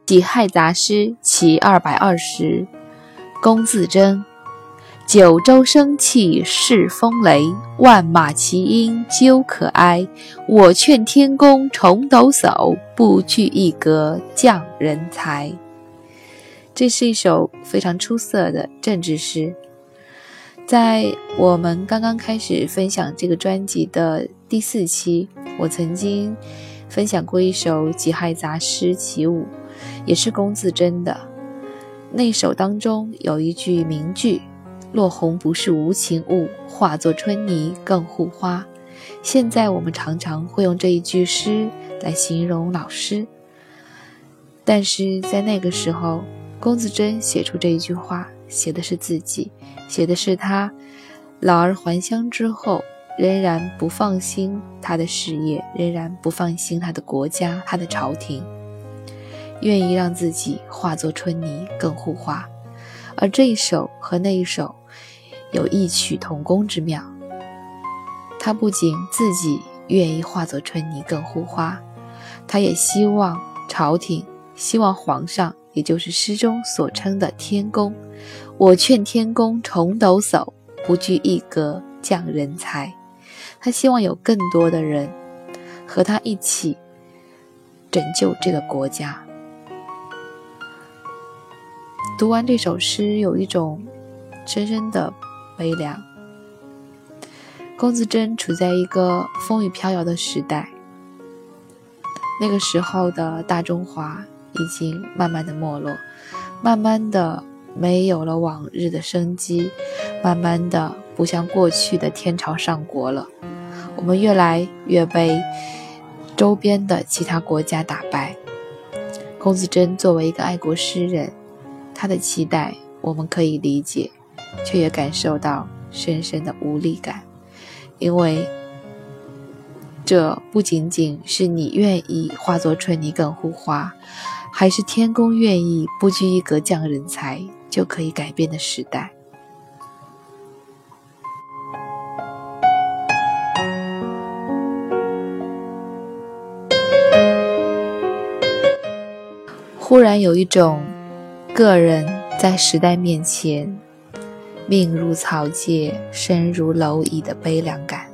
己亥杂诗其220，龚自珍。九州生气恃风雷，万马齐喑究可哀。我劝天公重抖擞，不拘一格降人才。这是一首非常出色的政治诗。在我们刚刚开始分享这个专辑的第4期，我曾经分享过一首己亥杂诗其5，也是龚自珍的。那首当中有一句名句，落红不是无情物，化作春泥更护花。现在我们常常会用这一句诗来形容老师，但是在那个时候，龚自珍写出这一句话，写的是自己，写的是他老而还乡之后仍然不放心他的事业，仍然不放心他的国家，他的朝廷，愿意让自己化作春泥更护花。而这一首和那一首有异曲同工之妙，他不仅自己愿意化作春泥更护花，他也希望朝廷，希望皇上，也就是诗中所称的天公，我劝天公重抖擞，不拘一格降人才。他希望有更多的人和他一起拯救这个国家。读完这首诗，有一种深深的悲凉。龚自珍处在一个风雨飘摇的时代，那个时候的大中华已经慢慢的没落，慢慢的没有了往日的生机，慢慢的不像过去的天朝上国了。我们越来越被周边的其他国家打败。龚自珍作为一个爱国诗人，他的期待我们可以理解，却也感受到深深的无力感，因为这不仅仅是你愿意化作春泥更护花，还是天公愿意不拘一格降人才就可以改变的时代。忽然有一种个人在时代面前命如草芥身如蝼蚁的悲凉感。